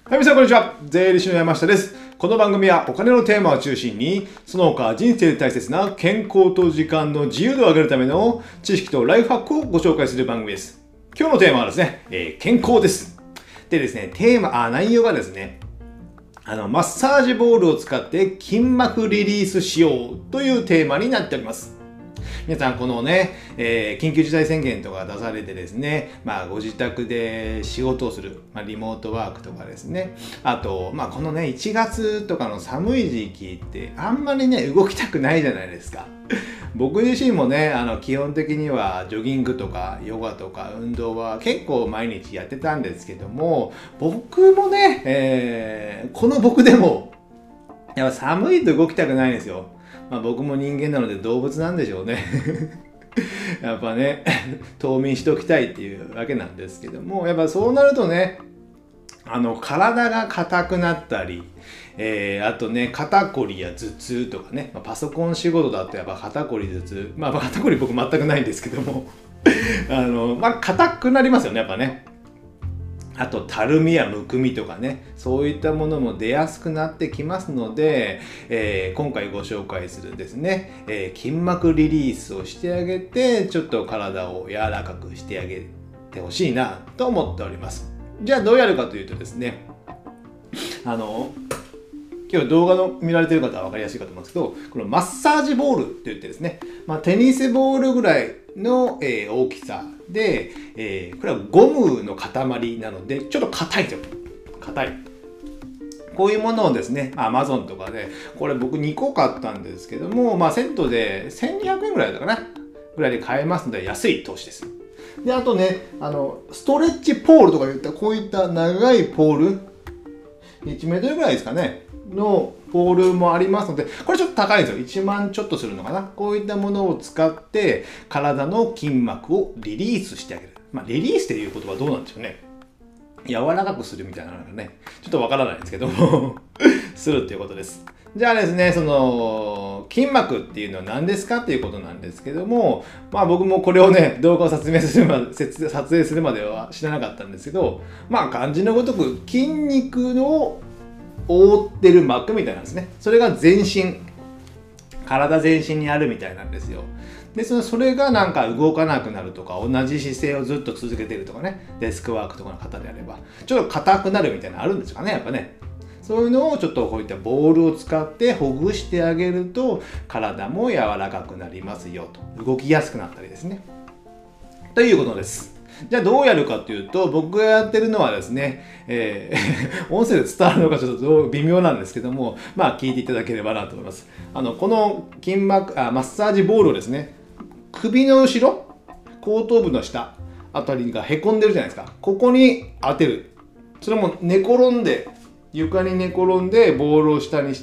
はい、皆さんこんにちは。税理士の山下です。この番組はお金のテーマを中心に、その他人生で大切な健康と時間の自由度を上げるための知識とライフハックをご紹介する番組です。今日のテーマはですね、健康です。でですね、内容がですね、マッサージボールを使って筋膜リリースしようというテーマになっております。皆さんこのね、緊急事態宣言とか出されてですね、ご自宅で仕事をする、リモートワークとかですね、あと、このね、1月とかの寒い時期ってあんまりね、動きたくないじゃないですか。僕自身もね、基本的にはジョギングとかヨガとか運動は結構毎日やってたんですけども、僕もね、この僕でも、やっぱ寒いと動きたくないんですよ。僕も人間なので動物なんでしょうね。やっぱね、冬眠しておきたいっていうわけなんですけども、やっぱそうなるとね、体が硬くなったり、あとね、肩こりや頭痛とかね、パソコン仕事だとやっぱ肩こり頭痛、肩こり僕全くないんですけども、硬くなりますよね、やっぱね。あと、たるみやむくみとかね、そういったものも出やすくなってきますので、今回ご紹介するですね、筋膜リリースをしてあげて、ちょっと体を柔らかくしてあげてほしいなと思っております。じゃあどうやるかというとですね、今日動画の見られている方は分かりやすいかと思うんですけど、このマッサージボールって言ってですね、テニスボールぐらいの、大きさで、これはゴムの塊なので、ちょっと硬いんですよ。硬い。こういうものをですね、Amazon とかで、これ僕2個買ったんですけども、セットで1200円ぐらいだかなぐらいで買えますので、安い投資です。で、あとね、ストレッチポールとか言ったこういった長いポール、1メートルぐらいですかね、のポールもありますので、これちょっと高いんですよ。1万ちょっとするのかな。こういったものを使って体の筋膜をリリースしてあげる。リリースっていう言葉はどうなんでしょうね。柔らかくするみたいなのがね、ちょっとわからないんですけどもするっていうことです。じゃあですね、その筋膜っていうのは何ですかっていうことなんですけども、僕もこれをね、動画を撮影するまでは知らなかったんですけど、漢字のごとく筋肉の覆ってる膜みたいなんですね。それが全身、体全身にあるみたいなんですよ。で、それがなんか動かなくなるとか、同じ姿勢をずっと続けてるとかね、デスクワークとかの方であれば、ちょっと硬くなるみたいなのあるんですかね、やっぱね。そういうのをちょっとこういったボールを使ってほぐしてあげると、体も柔らかくなりますよと。動きやすくなったりですね。ということです。じゃあどうやるかというと、僕がやってるのはですね、音声で伝わるのかちょっと微妙なんですけども、聞いていただければなと思います。このマッサージボールをですね、首の後ろ、後頭部の下あたりがへこんでるじゃないですか。ここに当てる。それも床に寝転んでボールを下にして、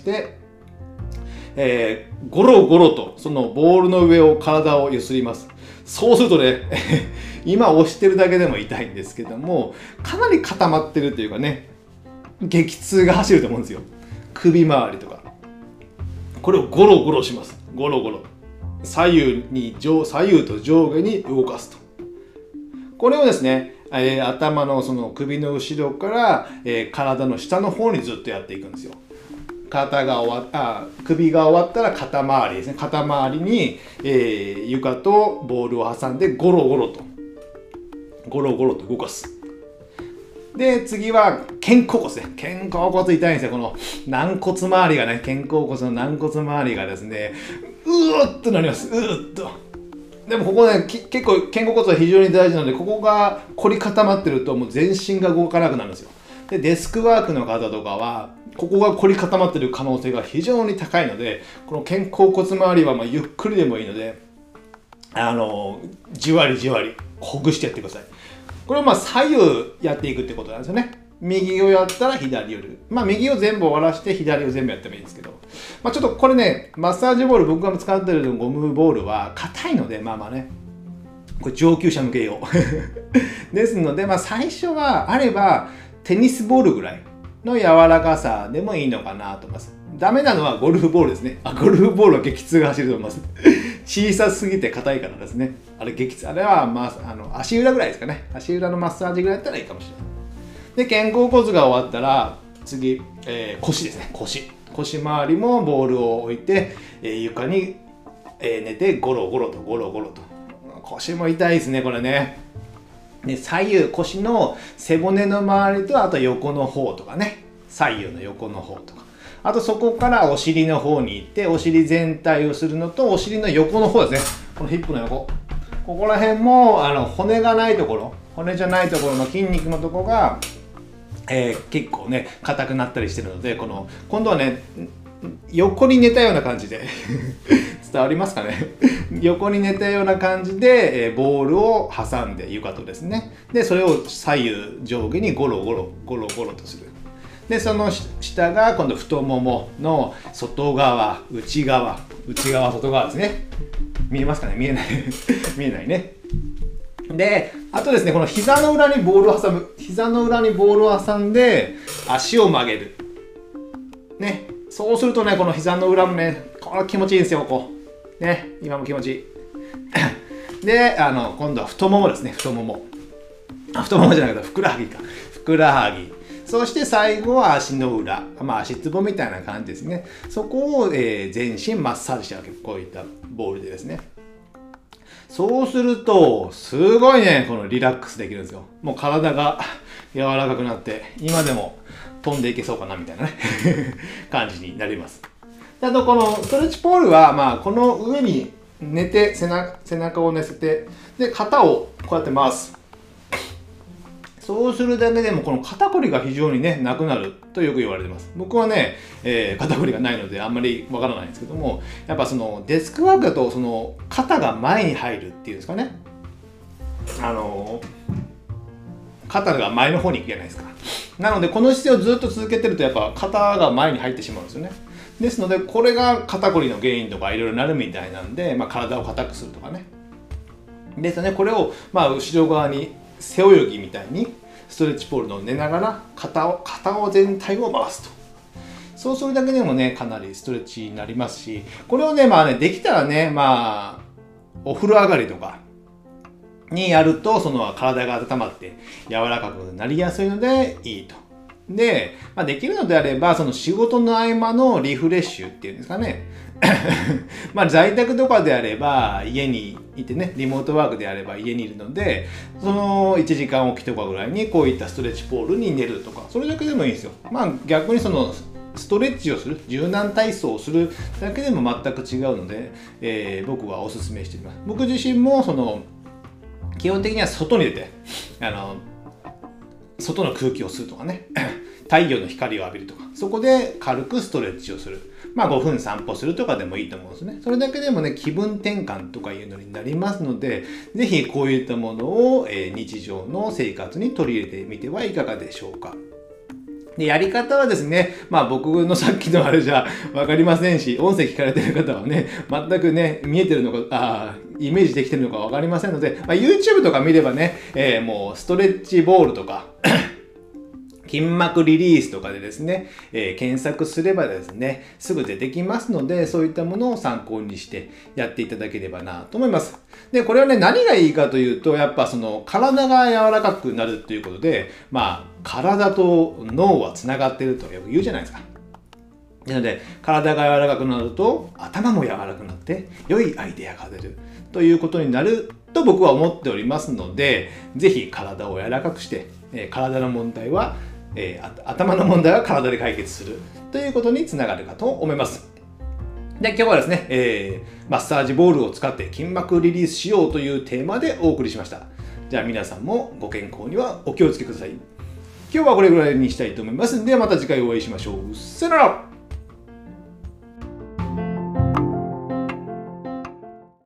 ゴロゴロとそのボールの上を体を揺すります。そうするとね、今押してるだけでも痛いんですけども、かなり固まってるというかね、激痛が走ると思うんですよ。首周りとか。これをゴロゴロします。ゴロゴロ。左右と上下に動かすと。これをですね、頭のその首の後ろから、体の下の方にずっとやっていくんですよ。首が終わったら肩周りですね。肩周りに、床とボールを挟んでゴロゴロと動かす。で、次は肩甲骨ね。肩甲骨痛いんですよ。この軟骨周りがね、肩甲骨の軟骨周りがですね、うーっとなります。うーっと。でもここね、結構肩甲骨は非常に大事なので、ここが凝り固まってるともう全身が動かなくなるんですよ。で、デスクワークの方とかは、ここが凝り固まってる可能性が非常に高いので、この肩甲骨周りはゆっくりでもいいので、じわりじわりほぐしてやってください。これを左右やっていくってことなんですよね。右をやったら左寄る。右を全部終わらして左を全部やってもいいんですけど。ちょっとこれね、マッサージボール、僕が使ってるゴムボールは硬いので、ね。これ上級者向け用。ですので、最初はあればテニスボールぐらいの柔らかさでもいいのかなと思います。ダメなのはゴルフボールですね。ゴルフボールは激痛が走ると思います。小さすぎて硬いからですね。あれは足裏ぐらいですかね。足裏のマッサージぐらいだったらいいかもしれない。 で肩甲骨が終わったら次、腰ですね。腰周りもボールを置いて、床に、寝てゴロゴロと腰も痛いですねこれね。で左右腰の背骨の周りとあと横の方とかね、左右の横の方とか、あとそこからお尻の方に行ってお尻全体をするのとお尻の横の方ですね。このヒップの横、ここら辺も骨がないところ、骨じゃないところの筋肉のところが、結構ね硬くなったりしてるので、今度はね横に寝たような感じで伝わりますかね横に寝たような感じで、ボールを挟んで床とですね、でそれを左右上下にゴロゴロとする。でその下が今度太ももの外側、内側外側ですね。見えますかね。見えない見えないね。であとですね、この膝の裏にボールを挟む、膝の裏にボールを挟んで足を曲げるね。そうするとね、この膝の裏もね、これ気持ちいいんですよ。ここね、今も気持ちいいで今度は太ももですね。太ももじゃなくてふくらはぎ、そして最後は足の裏、足つぼみたいな感じですね。そこを、全身マッサージしてあげる。こういったボールでですね。そうするとすごいね、このリラックスできるんですよ。もう体が柔らかくなって今でも飛んでいけそうかなみたいなね感じになります。あとこのストレッチポールは、この上に寝て背中を寝せて、で肩をこうやって回す。そうするだけでもこの肩こりが非常にねなくなるとよく言われてます。僕はね、肩こりがないのであんまりわからないんですけども、やっぱそのデスクワークだとその肩が前に入るっていうんですかね、肩が前の方に行くじゃないですか。なのでこの姿勢をずっと続けてるとやっぱ肩が前に入ってしまうんですよね。ですのでこれが肩こりの原因とかいろいろなるみたいなんで、体を硬くするとかね。ですね、これを後ろ側に背泳ぎみたいにストレッチポールの寝ながら肩を全体を回すと。そうするだけでもねかなりストレッチになりますし、これをねできたらねお風呂上がりとかにやるとその体が温まって柔らかくなりやすいのでいいと。で、できるのであればその仕事の合間のリフレッシュっていうんですかね在宅とかであれば家にいてね、リモートワークであれば家にいるので、その1時間おきとかぐらいにこういったストレッチポールに寝るとか、それだけでもいいんですよ。逆にそのストレッチをする、柔軟体操をするだけでも全く違うので、僕はおすすめしています。僕自身もその基本的には外に出て外の空気を吸うとかね太陽の光を浴びるとか、そこで軽くストレッチをする、5分散歩するとかでもいいと思うんですね。それだけでもね気分転換とかいうのになりますので、ぜひこういったものを、日常の生活に取り入れてみてはいかがでしょうか。でやり方はですね、僕のさっきのあれじゃ分かりませんし、音声聞かれてる方はね全くね見えてるのかイメージできてるのか分かりませんので、YouTube とか見ればね、もうストレッチボールとか筋膜リリースとかでですね、検索すればですねすぐ出てきますので、そういったものを参考にしてやっていただければなと思います。でこれはね何がいいかというと、やっぱその体が柔らかくなるということで、体と脳はつながっているとよく言うじゃないですか。なので体が柔らかくなると頭も柔らかくなって良いアイデアが出るということになると僕は思っておりますので、ぜひ体を柔らかくして、体の問題は頭の問題は体で解決するということにつながるかと思います。で今日はですね、マッサージボールを使って筋膜リリースしようというテーマでお送りしました。じゃあ皆さんもご健康にはお気をつけください。今日はこれぐらいにしたいと思います。ではまた次回お会いしましょう。さよなら。